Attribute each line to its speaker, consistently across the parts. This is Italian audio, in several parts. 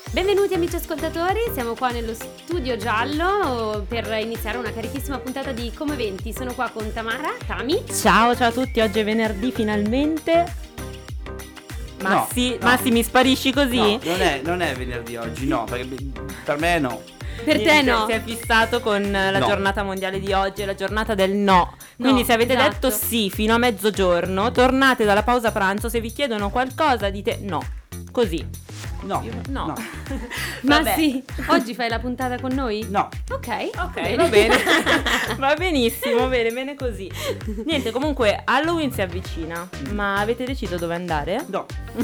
Speaker 1: Benvenuti amici ascoltatori, siamo qua nello studio giallo per iniziare una carichissima puntata di Come Eventi. Sono qua con Tamara, Tami.
Speaker 2: Ciao a tutti, oggi è venerdì finalmente. Massi, mi sparisci così?
Speaker 3: No, non è venerdì oggi, no, perché per me no.
Speaker 1: Per te no.
Speaker 2: Si è fissato con la giornata mondiale di oggi, è la giornata del no. Quindi se avete detto sì fino a mezzogiorno, tornate dalla pausa pranzo, se vi chiedono qualcosa dite no, così.
Speaker 3: No.
Speaker 1: Ma sì, oggi fai la puntata con noi?
Speaker 3: No.
Speaker 1: Ok,
Speaker 2: Va bene. Va benissimo, bene così. Niente, comunque Halloween si avvicina. Ma avete deciso dove andare?
Speaker 3: No.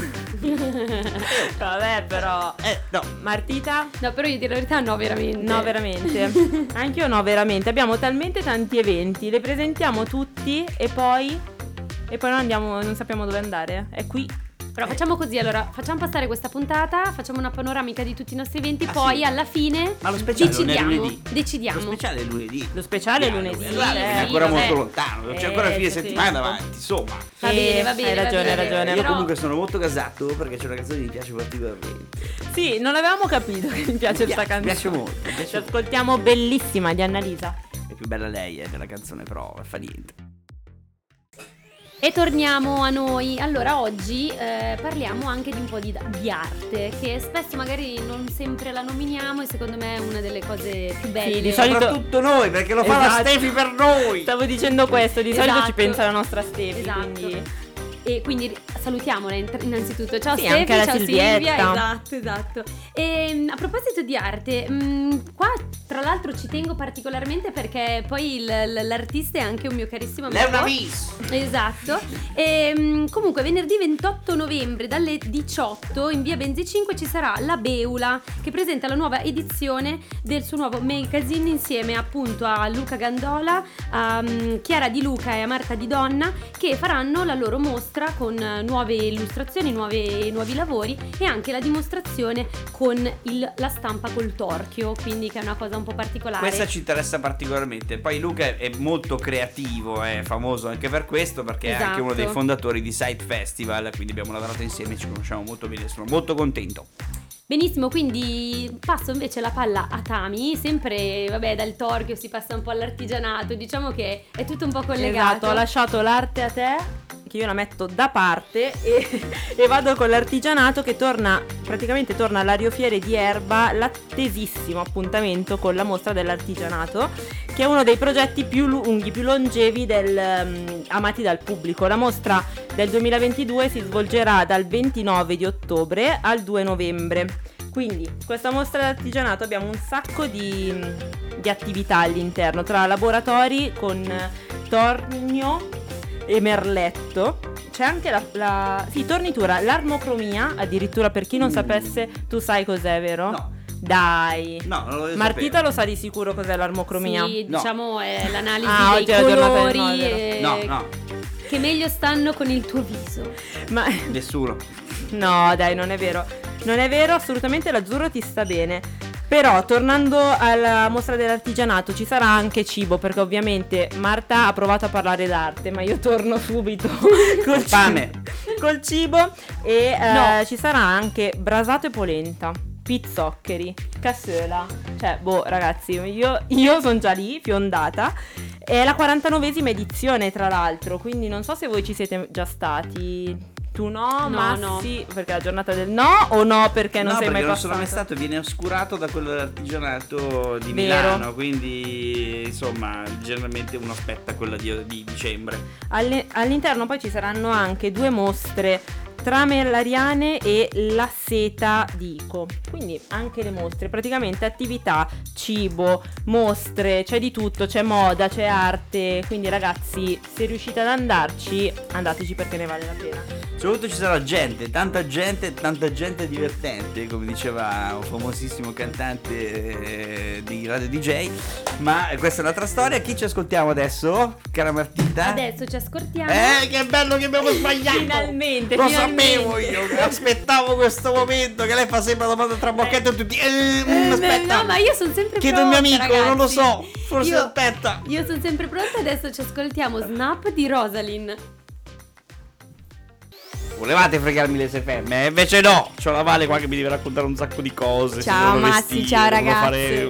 Speaker 2: Vabbè, però
Speaker 3: No.
Speaker 2: Martita?
Speaker 1: No, però io dire la verità no, veramente.
Speaker 2: No, veramente. Anch'io no, veramente. Abbiamo talmente tanti eventi, le presentiamo tutti e poi non sappiamo dove andare. È qui.
Speaker 1: Però facciamo così, allora, facciamo passare questa puntata, facciamo una panoramica di tutti i nostri eventi, poi
Speaker 3: sì.
Speaker 1: alla fine
Speaker 3: Ma lo speciale
Speaker 1: decidiamo.
Speaker 3: non è lunedì.
Speaker 1: Decidiamo.
Speaker 3: Lo speciale è lunedì.
Speaker 2: Lo speciale è lunedì.
Speaker 3: È ancora
Speaker 1: sì,
Speaker 3: molto
Speaker 1: vabbè.
Speaker 3: lontano, c'è ancora fine
Speaker 2: sì.
Speaker 3: settimana davanti, insomma.
Speaker 1: Va bene.
Speaker 2: Hai ragione.
Speaker 3: Io
Speaker 1: Però-
Speaker 3: comunque sono molto gasato perché c'è una canzone che mi piace particolarmente.
Speaker 2: Sì, non avevamo capito che mi piace questa canzone.
Speaker 3: Mi piace molto.
Speaker 2: Ci ascoltiamo bellissima di Annalisa.
Speaker 3: È più bella lei della canzone, però fa niente.
Speaker 1: E torniamo a noi. Allora, oggi parliamo anche di un po' di arte, che spesso magari non sempre la nominiamo e secondo me è una delle cose più belle.
Speaker 2: Sì, di solito-
Speaker 3: Soprattutto noi, perché lo fa la
Speaker 2: Esatto.
Speaker 3: Stefi per noi.
Speaker 2: Stavo dicendo questo, di solito
Speaker 1: Esatto.
Speaker 2: ci pensa la nostra Stefi,
Speaker 1: Esatto.
Speaker 2: quindi
Speaker 1: E quindi salutiamola innanzitutto. Ciao
Speaker 2: Sì,
Speaker 1: Stefi,
Speaker 2: anche la
Speaker 1: ciao
Speaker 2: Silvietta.
Speaker 1: Silvia. Esatto. E a proposito di arte, qua tra l'altro ci tengo particolarmente perché poi l'artista è anche un mio carissimo amico.
Speaker 3: Lei è una miss.
Speaker 1: Esatto. E comunque venerdì 28 novembre dalle 18 in via Benzi 5 ci sarà la Beula, che presenta la nuova edizione del suo nuovo magazine insieme appunto a Luca Gandola, a Chiara Di Luca e a Marta Di Donna, che faranno la loro mostra con nuove illustrazioni, nuovi lavori e anche la dimostrazione con la stampa col torchio, quindi che è una cosa un po' particolare.
Speaker 3: Questa ci interessa particolarmente. Poi Luca è molto creativo, è famoso anche per questo, perché è anche uno dei fondatori di Side Festival, quindi abbiamo lavorato insieme, ci conosciamo molto bene, sono molto contento.
Speaker 1: Benissimo, quindi passo invece la palla a Tami, sempre dal torchio si passa un po' all'artigianato, diciamo che è tutto un po' collegato.
Speaker 2: esatto, ho lasciato l'arte a te, che io la metto da parte e vado con l'artigianato, che torna all'Ariofiere di Erba, l'attesissimo appuntamento con la mostra dell'artigianato, che è uno dei progetti più lunghi, più longevi amati dal pubblico. La mostra del 2022 si svolgerà dal 29 di ottobre al 2 novembre. Quindi questa mostra d'artigianato abbiamo un sacco di attività all'interno, tra laboratori con tornio e merletto. C'è anche la tornitura, l'armocromia, addirittura, per chi non sapesse, tu sai cos'è, vero?
Speaker 3: No.
Speaker 2: Dai.
Speaker 3: No, non lo voglio
Speaker 2: Martita
Speaker 3: sapere.
Speaker 2: lo sa di sicuro cos'è l'armocromia?
Speaker 1: Sì,
Speaker 3: No.
Speaker 1: diciamo è l'analisi
Speaker 2: oggi
Speaker 1: dei
Speaker 2: è la giornata del
Speaker 1: colori
Speaker 3: No,
Speaker 1: che meglio stanno con il tuo viso.
Speaker 2: Ma
Speaker 3: nessuno.
Speaker 2: no, dai, non è vero. Non è vero, assolutamente, l'azzurro ti sta bene. Però tornando alla mostra dell'artigianato, ci sarà anche cibo, perché ovviamente Marta ha provato a parlare d'arte, ma io torno subito col
Speaker 3: Pane.
Speaker 2: col cibo e
Speaker 1: No.
Speaker 2: ci sarà anche brasato e polenta, pizzoccheri, cassola. Cioè, ragazzi, io sono già lì, fiondata. È la 49esima edizione, tra l'altro, quindi non so se voi ci siete già stati. Tu no, Massi, perché è la giornata del no, o no perché non sei mai
Speaker 3: non
Speaker 2: passato?
Speaker 3: sono mai stato, viene oscurato da quello dell'artigianato di
Speaker 2: Vero.
Speaker 3: Milano, quindi insomma generalmente uno aspetta quella di dicembre.
Speaker 2: All'interno poi ci saranno anche 2 mostre, trame allariane e la seta di Ico, quindi anche le mostre, praticamente attività, cibo, mostre, c'è di tutto, c'è moda, c'è arte, quindi ragazzi, se riuscite ad andarci, andateci perché ne vale la pena.
Speaker 3: Soprattutto ci sarà tanta gente divertente, come diceva un famosissimo cantante di Radio DJ. Ma questa è un'altra storia. Chi ci ascoltiamo adesso, cara Martita?
Speaker 1: Adesso ci ascoltiamo.
Speaker 3: Che bello che abbiamo sbagliato.
Speaker 2: Finalmente,
Speaker 3: Lo
Speaker 2: finalmente.
Speaker 3: sapevo io, aspettavo questo momento, che lei fa sempre la domanda trabocchetto e tutti aspetta.
Speaker 1: No, ma io sono sempre
Speaker 3: Chiedo
Speaker 1: pronta,
Speaker 3: al mio amico,
Speaker 1: ragazzi.
Speaker 3: non lo so, forse
Speaker 1: Io-
Speaker 3: aspetta.
Speaker 1: Io sono sempre pronta, adesso ci ascoltiamo Snap di Rosalyn.
Speaker 3: Volevate fregarmi le SFM, invece no, c'ho la Vale qua che mi deve raccontare un sacco di cose.
Speaker 4: Ciao Massi, ciao ragazzi.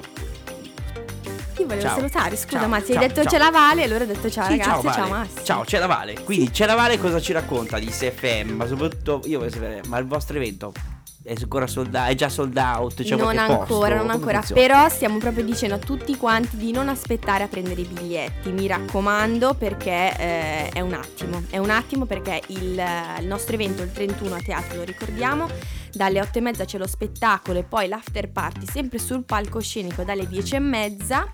Speaker 4: Ti volevo
Speaker 3: Ciao.
Speaker 4: salutare, scusa
Speaker 3: Ciao,
Speaker 4: Massi,
Speaker 3: ciao,
Speaker 4: hai detto
Speaker 3: ciao.
Speaker 4: c'è la Vale, allora ho detto ciao
Speaker 3: Sì,
Speaker 4: ragazzi,
Speaker 3: Vale.
Speaker 4: ciao Massi.
Speaker 3: Ciao, c'è la Vale. Quindi c'è la Vale, cosa ci racconta di SFM? Ma soprattutto io voglio sapere, ma il vostro evento è ancora è già sold out? Cioè
Speaker 4: non
Speaker 3: qualche posto?
Speaker 4: ancora, non
Speaker 3: Come
Speaker 4: ancora,
Speaker 3: funziona?
Speaker 4: però stiamo proprio dicendo a tutti quanti di non aspettare a prendere i biglietti, mi raccomando, perché è un attimo perché il nostro evento il 31 a teatro, lo ricordiamo, dalle 8:30 c'è lo spettacolo e poi l'after party sempre sul palcoscenico dalle 10:30.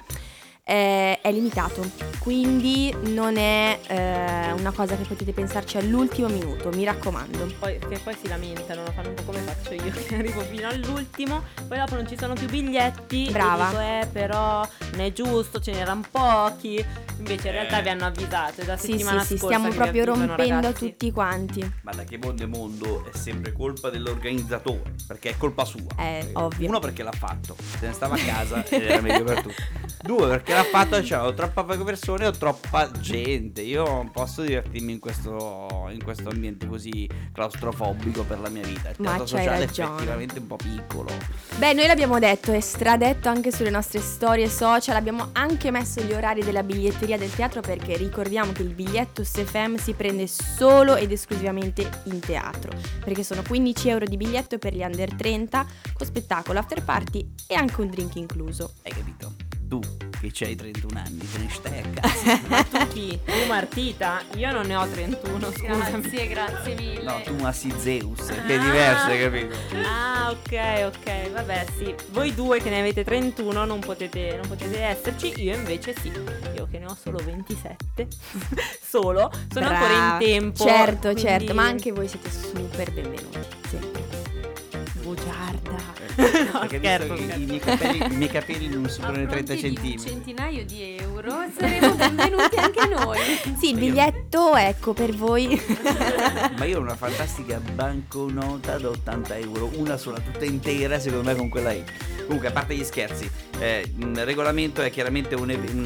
Speaker 4: È limitato, quindi non è una cosa che potete pensarci all'ultimo minuto, mi raccomando.
Speaker 2: Poi si lamentano, lo fanno un po' come faccio io, che arrivo fino all'ultimo, poi dopo non ci sono più biglietti.
Speaker 4: Brava.
Speaker 2: E dico, però non è giusto, ce n'erano pochi. Invece in realtà vi hanno avvisato, è da settimana
Speaker 4: Sì,
Speaker 2: scorsa
Speaker 4: stiamo
Speaker 2: che vi
Speaker 4: proprio
Speaker 2: avvisano,
Speaker 4: rompendo
Speaker 2: ragazzi.
Speaker 4: tutti quanti.
Speaker 3: Ma da che mondo è mondo è sempre colpa dell'organizzatore, perché è colpa sua.
Speaker 4: Ovvio.
Speaker 3: Uno, perché l'ha fatto, se ne stava a casa ed era meglio per tutti. Due, perché l'ha fatto, c'erano troppa poche persone o troppa gente. Io non posso divertirmi in questo ambiente così claustrofobico per la mia vita. Il
Speaker 4: Ma
Speaker 3: teatro
Speaker 4: c'hai
Speaker 3: sociale è
Speaker 4: ragione.
Speaker 3: effettivamente un po' piccolo.
Speaker 4: Beh, noi l'abbiamo detto e stradetto anche sulle nostre storie social, abbiamo anche messo gli orari della biglietteria del teatro perché ricordiamo che il biglietto SFM si prende solo ed esclusivamente in teatro, perché sono 15 euro di biglietto per gli under 30 con spettacolo, after party e anche un drink incluso.
Speaker 3: Hai capito? Tu che c'hai 31 anni, te ne stai a casa.
Speaker 2: Ma tu chi? Tu Martita? Io non ne ho 31, scusami.
Speaker 1: Grazie mille.
Speaker 3: No, tu Massi Zeus, che è diverso, hai capito?
Speaker 2: Ah, ok, vabbè, sì. Voi due che ne avete 31 non potete esserci, io invece sì. Io che ne ho solo 27. Sono ancora in tempo.
Speaker 4: Certo,
Speaker 2: quindi-
Speaker 4: certo, ma anche voi siete super benvenuti, sempre.
Speaker 2: Bugiarda.
Speaker 3: Perché
Speaker 2: scherzo,
Speaker 3: visto che
Speaker 2: scherzo.
Speaker 3: i miei capelli non superano i 30
Speaker 1: Un
Speaker 3: centimetri.
Speaker 1: centinaio di euro saremo benvenuti anche noi.
Speaker 4: Sì, il biglietto, ecco, per voi.
Speaker 3: Ma io ho una fantastica banconota da 80 euro, una sola, tutta intera, secondo me con quella lì. Comunque, a parte gli scherzi, il regolamento è chiaramente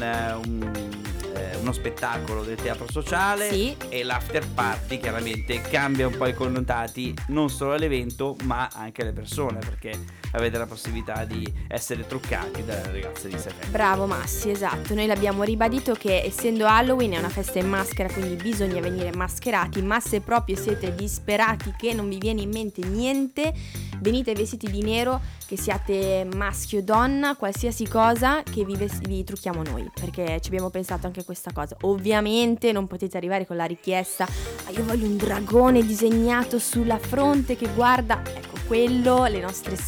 Speaker 3: uno spettacolo del teatro sociale,
Speaker 4: Sì.
Speaker 3: e l'after party chiaramente cambia un po' i connotati non solo all'evento ma anche alle persone, perché avete la possibilità di essere truccati dalle ragazze di SFM.
Speaker 4: Bravo Massi, esatto, noi l'abbiamo ribadito che essendo Halloween è una festa in maschera, quindi bisogna venire mascherati, ma se proprio siete disperati che non vi viene in mente niente, venite vestiti di nero, che siate maschio o donna, qualsiasi cosa, che vi trucchiamo noi, perché ci abbiamo pensato anche a questa cosa. Ovviamente non potete arrivare con la richiesta io voglio un dragone disegnato sulla fronte che guarda, ecco quello, le nostre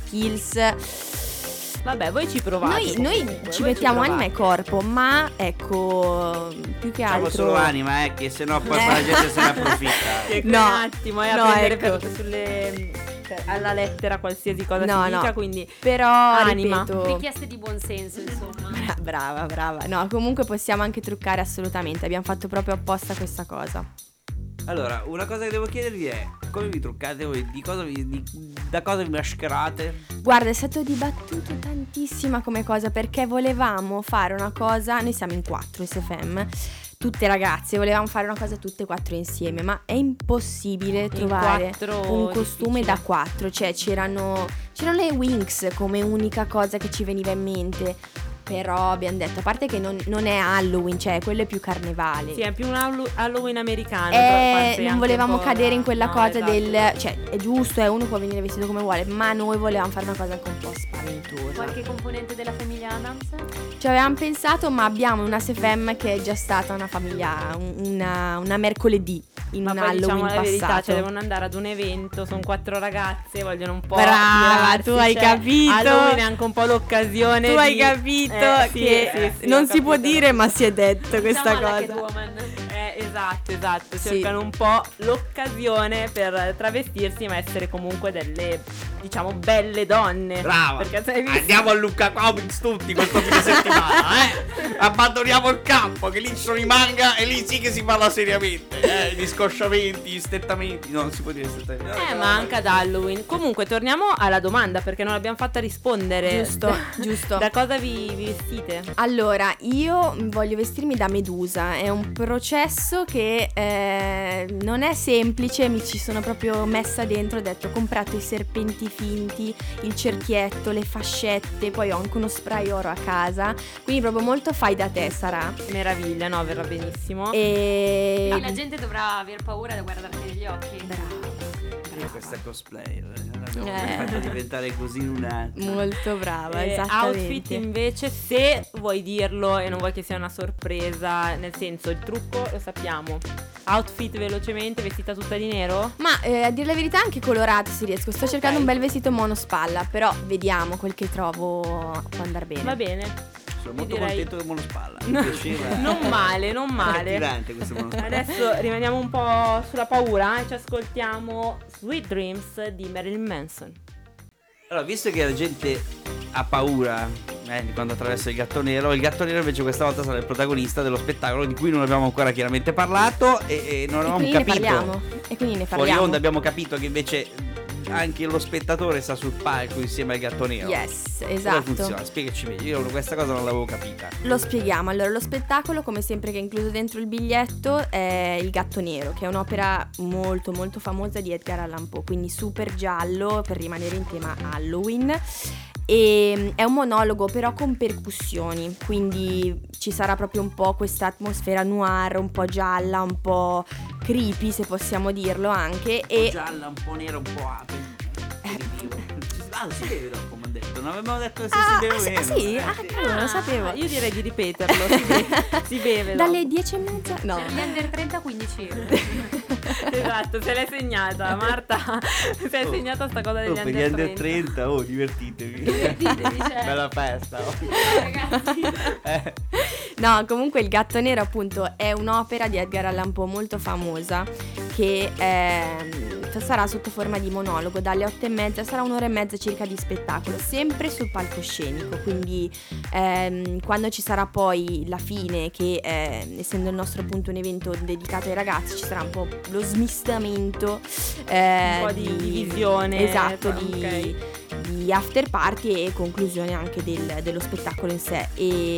Speaker 4: skills.
Speaker 2: Vabbè, voi ci provate.
Speaker 4: Noi
Speaker 2: comunque,
Speaker 4: ci
Speaker 2: voi
Speaker 4: mettiamo
Speaker 2: provate.
Speaker 4: anima e corpo, ma ecco, più che
Speaker 3: Diciamo
Speaker 4: altro
Speaker 3: solo anima, che sennò poi la gente se ne approfitta.
Speaker 2: Che
Speaker 4: No,
Speaker 2: un attimo a
Speaker 4: no,
Speaker 2: prendere
Speaker 4: ecco.
Speaker 2: cioè, alla lettera qualsiasi cosa
Speaker 4: No,
Speaker 2: si dica,
Speaker 4: no.
Speaker 2: quindi
Speaker 4: però
Speaker 2: Anima.
Speaker 4: ripeto,
Speaker 1: Richieste di buonsenso, insomma.
Speaker 4: brava. No, comunque possiamo anche truccare assolutamente, abbiamo fatto proprio apposta questa cosa.
Speaker 3: Allora, una cosa che devo chiedervi è: come vi truccate voi? Da cosa vi mascherate?
Speaker 4: Guarda, è stato dibattuto tantissima come cosa, perché volevamo fare una cosa, noi siamo in 4 SFM, tutte ragazze, volevamo fare una cosa tutte e 4 insieme, ma è impossibile trovare
Speaker 2: 4
Speaker 4: un costume
Speaker 2: difficile.
Speaker 4: da 4, cioè c'erano le Winx come unica cosa che ci veniva in mente. Però abbiamo detto, a parte che non è Halloween, cioè quello è più carnevale.
Speaker 2: sì, è più un Halloween americano. forse
Speaker 4: Non
Speaker 2: anche
Speaker 4: volevamo
Speaker 2: un po'
Speaker 4: cadere in quella
Speaker 2: no,
Speaker 4: cosa
Speaker 2: esatto.
Speaker 4: cioè è giusto, uno può venire vestito come vuole, ma noi volevamo fare una cosa anche un po' spaventosa.
Speaker 1: Qualche componente della famiglia Adams?
Speaker 4: Ci avevamo pensato, ma abbiamo una SFM che è già stata una famiglia, una mercoledì in
Speaker 2: Ma
Speaker 4: un
Speaker 2: poi
Speaker 4: Halloween
Speaker 2: diciamo la verità,
Speaker 4: passato.
Speaker 2: cioè devono andare ad un evento, sono 4 ragazze, vogliono un po'
Speaker 4: Brava,
Speaker 2: tirarsi,
Speaker 4: tu hai
Speaker 2: cioè,
Speaker 4: capito.
Speaker 2: Halloween è anche un po' l'occasione
Speaker 4: Tu hai
Speaker 2: di-
Speaker 4: capito
Speaker 2: sì,
Speaker 4: che
Speaker 2: sì,
Speaker 4: non
Speaker 2: ho
Speaker 4: si può
Speaker 2: capito.
Speaker 4: dire, ma si è detto questa
Speaker 1: Siamo alla
Speaker 4: cosa.
Speaker 1: Catwoman.
Speaker 2: Esatto,
Speaker 4: Sì.
Speaker 2: cercano un po' l'occasione per travestirsi ma essere comunque delle, diciamo, belle donne.
Speaker 3: Brava!
Speaker 2: Perché sai visto?
Speaker 3: Andiamo a Lucca Comics tutti questo fine settimana, Abbandoniamo il campo, che lì ci sono i manga e lì sì che si parla seriamente, gli scosciamenti, gli stettamenti. No, non si può dire stettamenti.
Speaker 2: Ma anche ad Halloween. Comunque torniamo alla domanda perché non l'abbiamo fatta rispondere.
Speaker 4: Giusto.
Speaker 2: Da cosa vi vestite?
Speaker 4: Allora, io voglio vestirmi da Medusa, è un processo premetto che non è semplice, mi ci sono proprio messa dentro, ho detto ho comprato i serpenti finti, il cerchietto, le fascette, poi ho anche uno spray oro a casa, quindi proprio molto fai da te sarà.
Speaker 2: Meraviglia, no, verrà benissimo.
Speaker 4: E
Speaker 1: la gente dovrà aver paura da guardarti negli occhi.
Speaker 3: Questa cosplay l'abbiamo fatta diventare così in un attimo.
Speaker 4: molto brava, esattamente.
Speaker 2: Outfit invece, se vuoi dirlo e non vuoi che sia una sorpresa, nel senso il trucco lo sappiamo. Outfit velocemente, vestita tutta di nero?
Speaker 4: Ma a dire la verità anche colorate se riesco. Sto cercando un bel vestito monospalla, però vediamo quel che trovo può andare bene.
Speaker 2: Va bene.
Speaker 3: Sono molto
Speaker 2: direi-
Speaker 3: contento del monospalla. Mi piaceva.
Speaker 2: Non male, non male.
Speaker 3: Attirante questo monospalla.
Speaker 2: Adesso rimaniamo un po' sulla paura e ci ascoltiamo Sweet Dreams di Marilyn Manson.
Speaker 3: Allora, visto che la gente ha paura di quando attraversa il gatto nero invece questa volta sarà il protagonista dello spettacolo di cui non abbiamo ancora chiaramente parlato e non avevamo
Speaker 4: quindi
Speaker 3: capito.
Speaker 4: E quindi ne
Speaker 3: Fuori
Speaker 4: parliamo.
Speaker 3: onda abbiamo capito che invece anche lo spettatore sta sul palco insieme al gatto nero.
Speaker 4: Yes,
Speaker 3: Come
Speaker 4: esatto.
Speaker 3: funziona? Spiegaci meglio, io questa cosa non l'avevo capita.
Speaker 4: Lo spieghiamo. Allora, lo spettacolo, come sempre, che è incluso dentro il biglietto, è Il gatto nero, che è un'opera molto molto famosa di Edgar Allan Poe, quindi super giallo per rimanere in tema Halloween. E è un monologo però con percussioni, quindi ci sarà proprio un po' questa atmosfera noir, un po' gialla, un po' creepy se possiamo dirlo anche.
Speaker 3: Un po'
Speaker 4: E
Speaker 3: gialla, un po' nera, un po' apre. Si beve dopo, mi hanno detto. Non avevamo detto se si beve o meno.
Speaker 4: sì? Cavolo, non lo sapevo.
Speaker 2: Io direi di ripeterlo, si beve.
Speaker 4: Dalle 10:30? No.
Speaker 1: Gli under 30 15 euro.
Speaker 2: Esatto, se l'hai segnata, Marta. Se l'hai segnata sta cosa degli
Speaker 3: Per gli
Speaker 2: under
Speaker 3: under
Speaker 2: 30.
Speaker 3: 30, divertitevi.
Speaker 1: Divertitevi, cioè.
Speaker 3: Bella festa.
Speaker 1: Ragazzi.
Speaker 4: No, comunque Il gatto nero appunto è un'opera di Edgar Allan Poe molto famosa che sarà sotto forma di monologo dalle 8:30, sarà 1 ora e mezza circa di spettacolo, sempre sul palcoscenico, quindi quando ci sarà poi la fine che essendo il nostro appunto un evento dedicato ai ragazzi ci sarà un po' lo smistamento
Speaker 2: Un po' di divisione.
Speaker 4: esatto,
Speaker 2: Ok.
Speaker 4: di after party e conclusione anche dello spettacolo in sé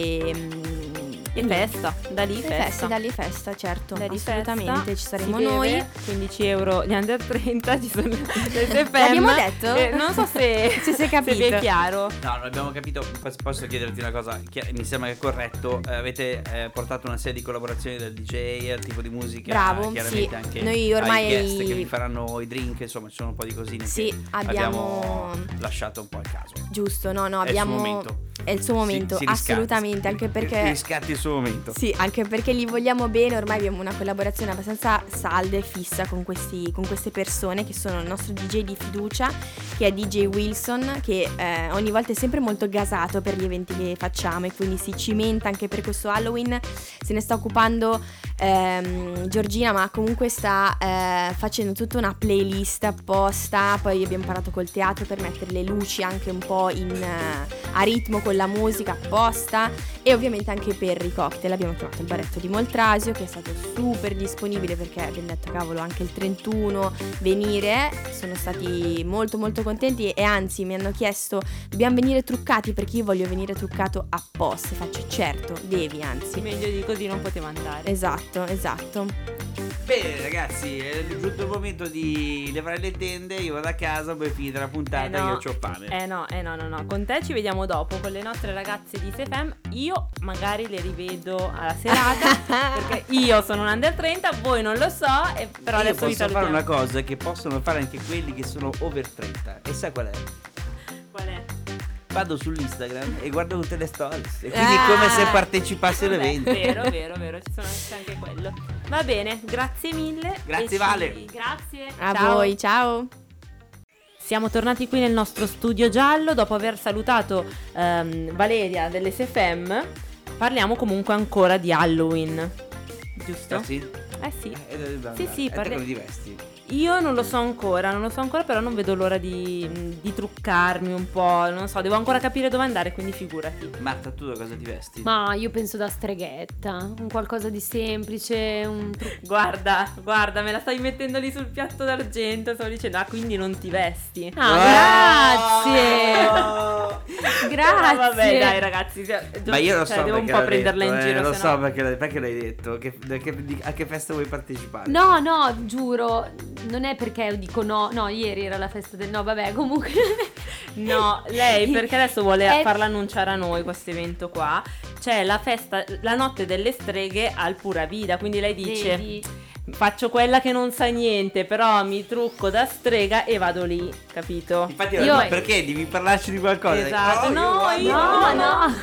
Speaker 2: E festa, da lì festa.
Speaker 4: da lì festa, certo,
Speaker 2: Da lì
Speaker 4: assolutamente,
Speaker 2: festa,
Speaker 4: ci saremo
Speaker 2: si beve,
Speaker 4: noi.
Speaker 2: 15 euro gli under 30, ci sono le FM.
Speaker 4: L'abbiamo detto?
Speaker 2: Non so se
Speaker 4: Se sei capito.
Speaker 2: se vi è chiaro.
Speaker 3: No, non abbiamo capito. Posso chiederti una cosa? Mi sembra che è corretto. Avete portato una serie di collaborazioni del DJ, al tipo di musica.
Speaker 4: Bravo,
Speaker 3: chiaramente
Speaker 4: sì.
Speaker 3: anche
Speaker 4: Noi ormai
Speaker 3: ai guest che vi faranno i drink. Insomma, ci sono un po' di cosine.
Speaker 4: Sì,
Speaker 3: che
Speaker 4: abbiamo
Speaker 3: lasciato un po' al caso.
Speaker 4: Giusto, no,
Speaker 3: È il suo
Speaker 4: abbiamo
Speaker 3: momento.
Speaker 4: è il suo momento,
Speaker 3: Si riscatta.
Speaker 4: assolutamente, anche perché
Speaker 3: Riscatti il suo momento.
Speaker 4: sì, anche perché li vogliamo bene, ormai abbiamo una collaborazione abbastanza salda e fissa con queste persone che sono il nostro DJ di fiducia, che è DJ Wilson, che ogni volta è sempre molto gasato per gli eventi che facciamo e quindi si cimenta anche per questo Halloween, se ne sta occupando Giorgina, ma comunque sta facendo tutta una playlist apposta, poi abbiamo parlato col teatro per mettere le luci anche un po' a ritmo con la musica apposta e ovviamente anche per i cocktail abbiamo chiamato il baretto di Moltrasio che è stato super disponibile perché abbiamo detto cavolo anche il 31 venire, sono stati molto molto contenti e anzi mi hanno chiesto dobbiamo venire truccati perché io voglio venire truccato apposta e faccio certo devi anzi
Speaker 2: Meglio di così non poteva andare.
Speaker 4: esatto.
Speaker 3: Bene ragazzi, è giunto il momento di levare le tende. Io vado a casa, poi finita la puntata
Speaker 2: no.
Speaker 3: io c'ho fame.
Speaker 2: No, con te ci vediamo dopo con le nostre ragazze di SFM. Io magari le rivedo alla serata perché io sono un under 30, voi non lo so, però
Speaker 3: Io
Speaker 2: adesso vi
Speaker 3: posso fare
Speaker 2: salutiamo.
Speaker 3: una cosa che possono fare anche quelli che sono over 30. E sai qual è?
Speaker 2: Qual è?
Speaker 3: Vado sull'Instagram e guardo tutte le stories. E quindi è come se partecipassi
Speaker 2: Vabbè,
Speaker 3: all'evento.
Speaker 2: vero, c'è anche quello. Va bene, grazie mille.
Speaker 3: Grazie,
Speaker 2: E
Speaker 3: Vale.
Speaker 1: Grazie.
Speaker 4: A
Speaker 2: Ciao.
Speaker 4: voi, ciao.
Speaker 2: Siamo tornati qui nel nostro studio giallo dopo aver salutato Valeria dell'SFM. Parliamo comunque ancora di Halloween, giusto?
Speaker 3: Ah, sì?
Speaker 2: Sì.
Speaker 3: Sì,
Speaker 2: sì,
Speaker 3: te come ti vesti?
Speaker 2: Io non lo so ancora, però non vedo l'ora di truccarmi un po', non so, devo ancora capire dove andare, quindi figurati.
Speaker 3: Marta, tu da cosa ti vesti?
Speaker 1: Ma io penso da streghetta, un qualcosa di semplice, un
Speaker 2: Guarda, me la stai mettendo lì sul piatto d'argento, stavo dicendo, quindi non ti vesti.
Speaker 1: Ah, grazie.
Speaker 3: Oh!
Speaker 1: Grazie. Grazie.
Speaker 2: Vabbè, dai ragazzi,
Speaker 3: Ma io lo so
Speaker 2: devo un
Speaker 3: perché
Speaker 2: po'
Speaker 3: l'hai
Speaker 2: prenderla
Speaker 3: detto,
Speaker 2: in giro,
Speaker 3: lo
Speaker 2: se
Speaker 3: so
Speaker 2: no.
Speaker 3: perché l'hai detto, a che festa vuoi partecipare?
Speaker 1: No, giuro, non è perché dico no, ieri era la festa del no, vabbè, comunque.
Speaker 2: No, lei perché adesso vuole
Speaker 1: È-
Speaker 2: farla annunciare a noi questo evento qua. C'è la festa, la notte delle streghe al Pura Vida, quindi lei dice
Speaker 1: Vedi?
Speaker 2: faccio quella che non sa niente, però mi trucco da strega e vado lì, capito?
Speaker 3: Infatti,
Speaker 1: Io-
Speaker 3: perché devi parlarci di qualcosa?
Speaker 2: Esatto,
Speaker 3: Oh,
Speaker 2: no,
Speaker 3: guarda-
Speaker 2: io-
Speaker 1: No.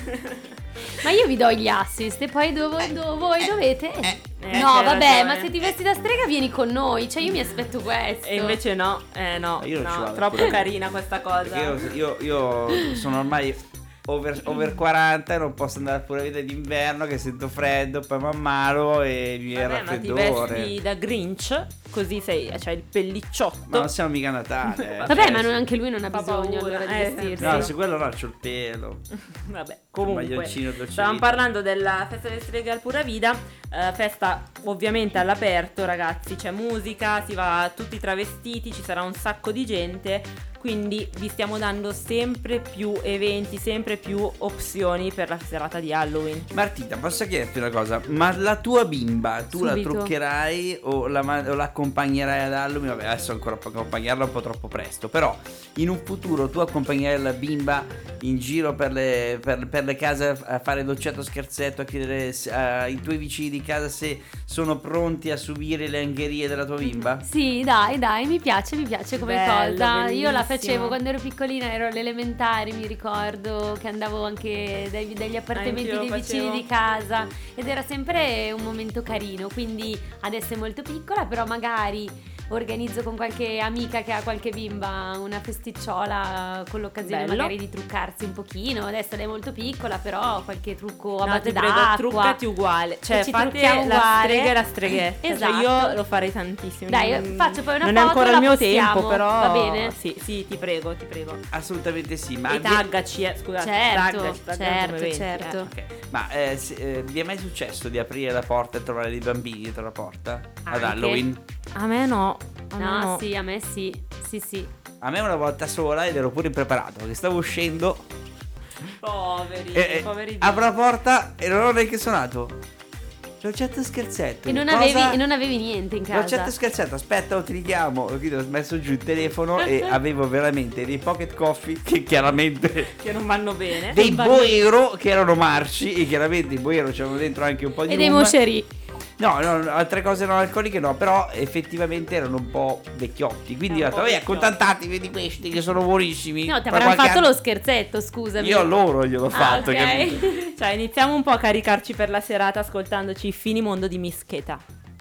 Speaker 1: Ma io vi do gli assist e poi voi dovete. No,
Speaker 2: c'hai
Speaker 1: vabbè,
Speaker 2: ragione.
Speaker 1: ma se ti vesti da strega vieni con noi. Cioè, io mi aspetto questo.
Speaker 2: E invece no, no,
Speaker 3: Io non ci vado
Speaker 2: troppo
Speaker 3: pure.
Speaker 2: carina questa cosa.
Speaker 3: Perché io sono ormai over 40 e non posso andare pure a vita d'inverno che sento freddo, poi mi ammalo e mi viene il
Speaker 2: Vabbè, ma ti
Speaker 3: raffreddore.
Speaker 2: vesti da Grinch, così c'hai il pellicciotto.
Speaker 3: Ma non siamo mica a Natale.
Speaker 1: Vabbè, ma anche lui non ha
Speaker 2: Fa
Speaker 1: bisogno
Speaker 2: paura,
Speaker 1: allora di
Speaker 2: sì.
Speaker 1: vestirsi.
Speaker 3: No, su quello no, c'ho il pelo.
Speaker 2: Vabbè, comunque
Speaker 3: maglioncino dolce
Speaker 2: stavamo
Speaker 3: vita.
Speaker 2: parlando della festa delle streghe al Pura Vida, festa ovviamente all'aperto, ragazzi, c'è musica, si va tutti travestiti, ci sarà un sacco di gente, quindi vi stiamo dando sempre più eventi, sempre più opzioni per la serata di Halloween.
Speaker 3: Martina, posso chiederti una cosa? Ma la tua bimba, tu la
Speaker 1: Subito.
Speaker 3: truccherai o la accompagnerai ad Halloween? Vabbè, adesso ancora accompagnarla un po' troppo presto. Però in un futuro tu accompagnerai la bimba in giro per le case a fare dolcetto scherzetto, a chiedere ai tuoi vicini di casa se sono pronti a subire le angherie della tua bimba?
Speaker 1: Sì, dai, mi piace come
Speaker 2: Bello,
Speaker 1: cosa. Io la
Speaker 2: bellissimo.
Speaker 1: facevo quando ero piccolina, ero alle elementari, mi ricordo che andavo anche dagli appartamenti
Speaker 2: Anch'io
Speaker 1: dei
Speaker 2: lo
Speaker 1: vicini
Speaker 2: facevo.
Speaker 1: di casa ed era sempre un momento carino. Quindi adesso è molto piccola, però magari organizzo con qualche amica che ha qualche bimba una festicciola con l'occasione
Speaker 2: Bello.
Speaker 1: magari di truccarsi un pochino. Adesso lei è molto piccola, però qualche trucco a
Speaker 2: No,
Speaker 1: base
Speaker 2: ti prego,
Speaker 1: d'acqua.
Speaker 2: truccati uguale. Cioè,
Speaker 1: ci
Speaker 2: fate
Speaker 1: trucchiamo
Speaker 2: la
Speaker 1: uguale.
Speaker 2: strega e la streghetta.
Speaker 1: Esatto.
Speaker 2: Cioè, io lo farei tantissimo.
Speaker 1: Dai,
Speaker 2: Non-
Speaker 1: faccio poi una
Speaker 2: non
Speaker 1: foto,
Speaker 2: è ancora
Speaker 1: la
Speaker 2: il mio
Speaker 1: postiamo,
Speaker 2: tempo, però.
Speaker 1: va bene?
Speaker 2: Sì, ti prego.
Speaker 3: Assolutamente sì. Ma
Speaker 2: E taggaci, scusate.
Speaker 1: Certo,
Speaker 2: taggaci come
Speaker 1: certo,
Speaker 2: eventi,
Speaker 1: certo.
Speaker 3: Ok, ma vi è mai successo di aprire la porta e trovare dei bambini dietro la porta ad
Speaker 1: Anche.
Speaker 3: Halloween?
Speaker 2: A me no. A me
Speaker 1: No,
Speaker 2: no.
Speaker 1: sì, a me sì. Sì.
Speaker 3: A me una volta sola ed ero pure impreparato perché stavo uscendo
Speaker 2: Poveri,
Speaker 3: e
Speaker 2: poveri
Speaker 3: apro la porta e non ho neanche suonato. Dolcetto scherzetto.
Speaker 1: E non
Speaker 3: Cosa?
Speaker 1: avevi niente in casa.
Speaker 3: Dolcetto scherzetto, aspetta, ti richiamo. Quindi ho messo giù il telefono e avevo veramente dei pocket coffee che chiaramente
Speaker 2: che non vanno bene.
Speaker 3: dei boero che erano marci e chiaramente i boero c'erano dentro anche un po' di
Speaker 1: E dei
Speaker 3: rum.
Speaker 1: moscerì.
Speaker 3: No, altre cose non alcoliche no, però effettivamente erano un po' vecchiotti. Quindi ho
Speaker 2: Un
Speaker 3: detto,
Speaker 2: po'
Speaker 3: vabbè,
Speaker 2: vecchiotti.
Speaker 3: accontantatevi di questi che sono buonissimi.
Speaker 1: No, ti
Speaker 3: Fra
Speaker 1: avranno
Speaker 3: qualche
Speaker 1: fatto
Speaker 3: anno-
Speaker 1: lo scherzetto, scusami.
Speaker 3: Io a loro gliel'ho fatto.
Speaker 1: ok.
Speaker 3: capito?
Speaker 2: Cioè, iniziamo un po' a caricarci per la serata ascoltandoci Finimondo di Mischeta.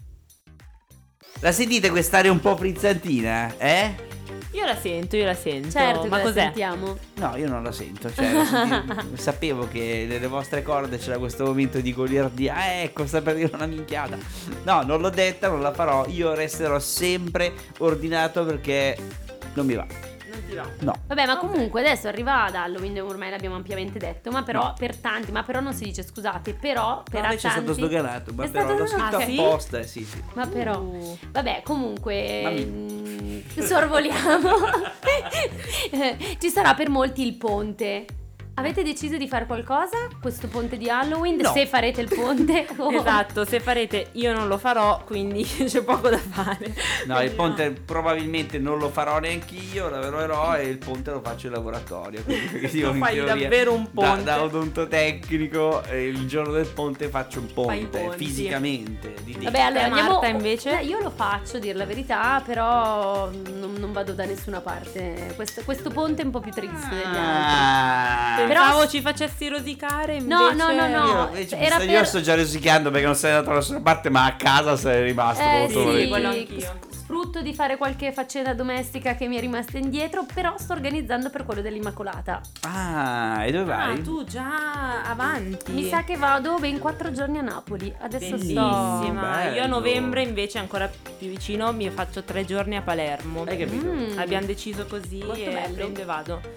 Speaker 3: La sentite quest'aria un po' frizzantina, eh?
Speaker 2: Io la sento.
Speaker 1: Certo,
Speaker 2: Ma
Speaker 1: che la
Speaker 2: cos'è?
Speaker 1: sentiamo.
Speaker 3: No, io non la sento. Cioè, sapevo che nelle vostre corde c'era questo momento di goliardia. Ecco, sta per dire una minchiata. No, non l'ho detta, non la farò. Io resterò sempre ordinato perché non mi va.
Speaker 2: Non ti va.
Speaker 3: No.
Speaker 1: Vabbè, ma
Speaker 2: Ok.
Speaker 1: comunque adesso arriva ad Halloween, ormai l'abbiamo ampiamente detto, ma però
Speaker 3: No.
Speaker 1: per tanti, ma però non si dice scusate, però per
Speaker 3: No, invece è
Speaker 1: tanti
Speaker 3: stato sdoganato. Ma
Speaker 1: È
Speaker 3: però
Speaker 1: stato
Speaker 3: l'ho scritto
Speaker 2: Ah, sì?
Speaker 3: apposta. Sì.
Speaker 1: Ma però vabbè, comunque
Speaker 3: Mamma.
Speaker 1: sorvoliamo. Ci sarà per molti il ponte. Avete deciso di fare qualcosa? Questo ponte di Halloween?
Speaker 3: No.
Speaker 1: Se farete il ponte? o-
Speaker 2: Esatto, se farete io non lo farò, quindi c'è poco da fare.
Speaker 3: No, il ponte probabilmente non lo farò neanche io, lavorerò e il ponte lo faccio in laboratorio. Quindi io
Speaker 2: Tu
Speaker 3: in
Speaker 2: fai
Speaker 3: teoria,
Speaker 2: davvero un ponte.
Speaker 3: Da odontotecnico, il giorno del ponte faccio un
Speaker 2: Fai i
Speaker 3: ponte
Speaker 2: ponti.
Speaker 3: fisicamente. Di
Speaker 1: Vabbè, allora
Speaker 2: Marta,
Speaker 1: andiamo.
Speaker 2: invece?
Speaker 1: Io lo faccio, a dir la verità, però non vado da nessuna parte. Questo ponte è un po' più triste degli altri.
Speaker 3: Ah.
Speaker 2: Pensavo
Speaker 1: Però-
Speaker 2: ci facessi rosicare invece.
Speaker 1: No.
Speaker 3: Io invece
Speaker 1: era
Speaker 3: io
Speaker 1: per-
Speaker 3: sto già rosicando perché non sei andato da nessuna parte, ma a casa sei rimasto molto
Speaker 2: sì,
Speaker 3: volentieri.
Speaker 2: quello anch'io.
Speaker 1: Sfrutto di fare qualche faccenda domestica che mi è rimasta indietro, però sto organizzando per quello dell'Immacolata.
Speaker 3: Ah, e dove
Speaker 2: Ah,
Speaker 3: vai?
Speaker 2: tu già avanti.
Speaker 1: Mi sa che vado ben 4 giorni a Napoli. Adesso
Speaker 2: Bellissima.
Speaker 3: Bello.
Speaker 2: Io a novembre invece ancora più vicino mi faccio 3 giorni a Palermo.
Speaker 3: Hai capito?
Speaker 1: Mm.
Speaker 2: Abbiamo deciso così
Speaker 1: Molto
Speaker 2: e
Speaker 1: bello.
Speaker 2: prendo e vado.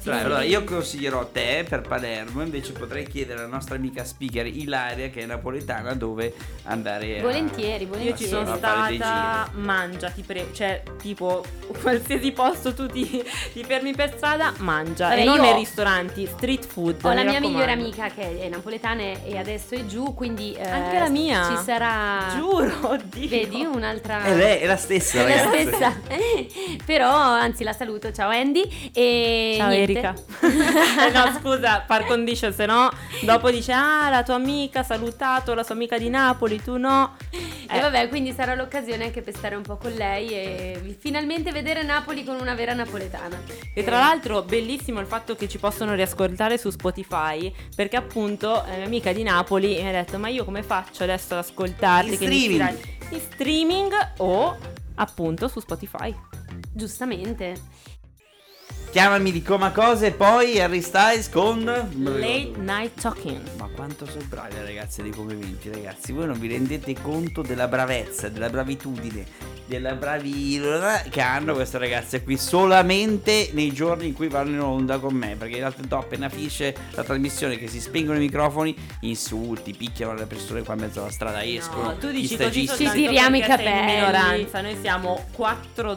Speaker 3: Dai, allora io consiglierò te per Palermo, invece potrei chiedere alla nostra amica speaker Ilaria, che è napoletana, dove andare
Speaker 1: Volentieri,
Speaker 2: Io ci sono
Speaker 3: a fare dei
Speaker 2: stata, mangia, cioè tipo qualsiasi posto tu ti fermi per strada, mangia.
Speaker 1: Vabbè,
Speaker 2: e non
Speaker 1: io
Speaker 2: nei ristoranti, street food.
Speaker 1: Ho la
Speaker 2: mi
Speaker 1: mia migliore
Speaker 2: raccomando.
Speaker 1: amica che è napoletana e adesso è giù, quindi
Speaker 2: Anche la mia.
Speaker 1: ci sarà.
Speaker 2: Giuro, oddio.
Speaker 1: Vedi un'altra.
Speaker 3: È lei, è la stessa,
Speaker 1: È la
Speaker 3: ragazzi.
Speaker 1: stessa. Però, anzi, la saluto. Ciao Andy. E
Speaker 2: Ciao
Speaker 1: niente.
Speaker 2: Erika. No, scusa, par condicio, se no dopo dice la tua amica ha salutato la sua amica di Napoli, tu no.
Speaker 1: E vabbè, quindi sarà l'occasione anche per stare un po' con lei e finalmente vedere Napoli con una vera napoletana.
Speaker 2: E tra l'altro bellissimo il fatto che ci possono riascoltare su Spotify, perché appunto la mia amica di Napoli mi ha detto ma io come faccio adesso ad ascoltarti?
Speaker 3: In
Speaker 2: che mi
Speaker 3: streaming.
Speaker 2: ispirai?" In streaming o appunto su Spotify.
Speaker 1: Giustamente.
Speaker 3: Chiamami di Coma Cose e poi Harry Styles con
Speaker 2: Late Night Talking.
Speaker 3: Ma quanto sono bravi le ragazze dei Come 20, ragazzi. Voi non vi rendete conto della bravezza, della bravitudine, della che hanno queste ragazze qui solamente nei giorni in cui vanno in onda con me. Perché in realtà appena finisce la trasmissione che si spengono i microfoni, insulti, picchiano le persone qua in mezzo alla strada, escono.
Speaker 2: No, tu
Speaker 3: gli
Speaker 2: dici così
Speaker 3: stagisti.
Speaker 2: soltanto
Speaker 1: Ci tiriamo i
Speaker 2: perché sei in
Speaker 1: capelli.
Speaker 2: minoranza. Noi siamo quattro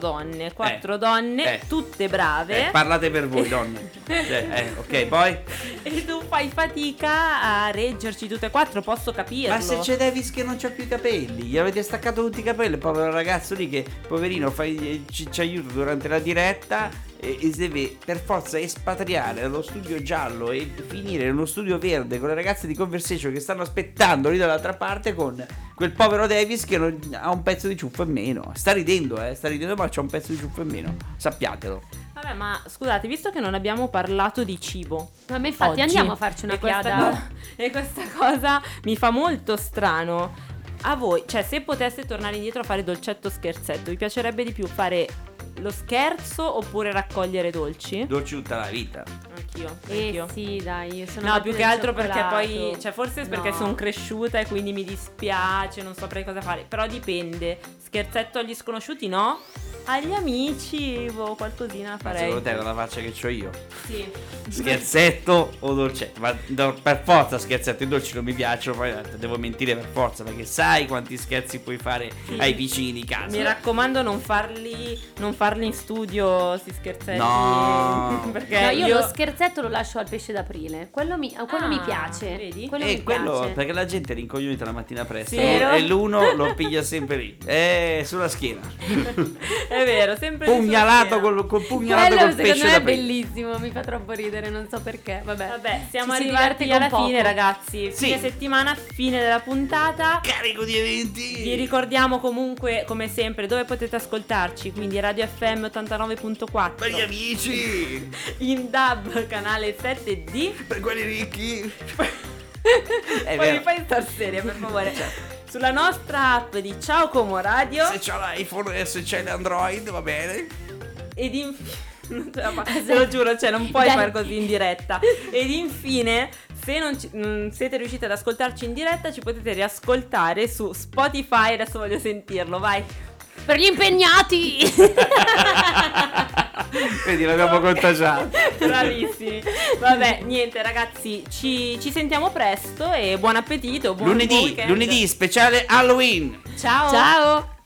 Speaker 2: donne, tutte brave.
Speaker 3: Parlate per voi, donne. Ok, poi.
Speaker 2: E tu fai fatica a reggerci tutte e quattro, posso capirlo.
Speaker 3: Ma se c'è Davis che non c'ha più i capelli, gli avete staccato tutti i capelli, il povero ragazzo lì che poverino ci aiuta durante la diretta e si deve per forza espatriare dallo studio giallo e finire nello studio verde con le ragazze di Conversation che stanno aspettando lì dall'altra parte con quel povero Davis che ha un pezzo di ciuffo in meno. Sta ridendo ma c'ha un pezzo di ciuffo in meno, sappiatelo.
Speaker 2: Vabbè, ma scusate, visto che non abbiamo parlato di cibo,
Speaker 1: Ma infatti
Speaker 2: oggi,
Speaker 1: andiamo a farci una
Speaker 2: e questa
Speaker 1: chiada.
Speaker 2: e questa cosa mi fa molto strano. A voi, cioè, se poteste tornare indietro a fare dolcetto scherzetto, vi piacerebbe di più fare lo scherzo oppure raccogliere dolci?
Speaker 3: Dolci tutta la vita.
Speaker 2: Anch'io.
Speaker 1: Sì, dai, io sono
Speaker 2: No,
Speaker 1: amante
Speaker 2: più che
Speaker 1: del
Speaker 2: altro perché
Speaker 1: cioccolato.
Speaker 2: poi, cioè forse perché
Speaker 1: No.
Speaker 2: sono cresciuta e quindi mi dispiace, non saprei cosa fare, però dipende. Scherzetto agli sconosciuti no, agli amici, qualcosina farei.
Speaker 3: Secondo te con la faccia che c'ho io?
Speaker 2: Sì.
Speaker 3: Scherzetto o dolcetto? Ma per forza scherzetto, i dolci non mi piacciono, poi devo mentire per forza perché sai quanti scherzi puoi fare ai vicini di casa.
Speaker 2: Mi raccomando non farli in studio, si scherzetti.
Speaker 3: No.
Speaker 2: Perché
Speaker 1: No, io lo scherzetto lo lascio al pesce d'aprile. Quello mi
Speaker 2: Ah,
Speaker 1: piace.
Speaker 2: vedi?
Speaker 1: Quello mi
Speaker 3: quello
Speaker 1: piace.
Speaker 3: perché la gente è rincoglionita la mattina presto
Speaker 2: Sì, vero?
Speaker 3: e l'uno lo piglia sempre lì, sulla schiena.
Speaker 2: È vero, sempre
Speaker 3: Pugnalato
Speaker 2: sulla
Speaker 3: col pugnalato
Speaker 1: Quello
Speaker 3: col
Speaker 1: secondo
Speaker 3: pesce
Speaker 1: me è
Speaker 3: d'aprile.
Speaker 1: bellissimo, mi fa troppo ridere, non so perché. Vabbè,
Speaker 2: Vabbè, siamo
Speaker 1: Ci si
Speaker 2: arrivati
Speaker 1: diverte
Speaker 2: alla
Speaker 1: con
Speaker 2: fine,
Speaker 1: poco.
Speaker 2: ragazzi.
Speaker 3: Sì.
Speaker 2: Fine settimana, fine della puntata.
Speaker 3: Carico di eventi.
Speaker 2: Vi ricordiamo comunque, come sempre, dove potete ascoltarci, quindi Radio FM 89.4
Speaker 3: Per gli amici,
Speaker 2: in DAB canale 7D.
Speaker 3: per quelli ricchi. È
Speaker 2: Poi mi
Speaker 3: vero.
Speaker 2: fai star seria, per favore. Sulla nostra app di Ciao Como Radio
Speaker 3: Se c'ho l'iPhone e se c'è l'Android va bene.
Speaker 2: ed infine non ce la fa- te lo giuro, cioè non puoi
Speaker 1: Dai.
Speaker 2: fare così in diretta. Ed infine, se non siete riusciti ad ascoltarci in diretta, ci potete riascoltare su Spotify. Adesso voglio sentirlo, vai.
Speaker 1: per gli impegnati.
Speaker 3: Vedi, l'abbiamo contagiato.
Speaker 2: Bravissimi. Vabbè, niente ragazzi, ci sentiamo presto e buon appetito, buon weekend.
Speaker 3: Lunedì speciale Halloween.
Speaker 2: Ciao.
Speaker 1: Ciao.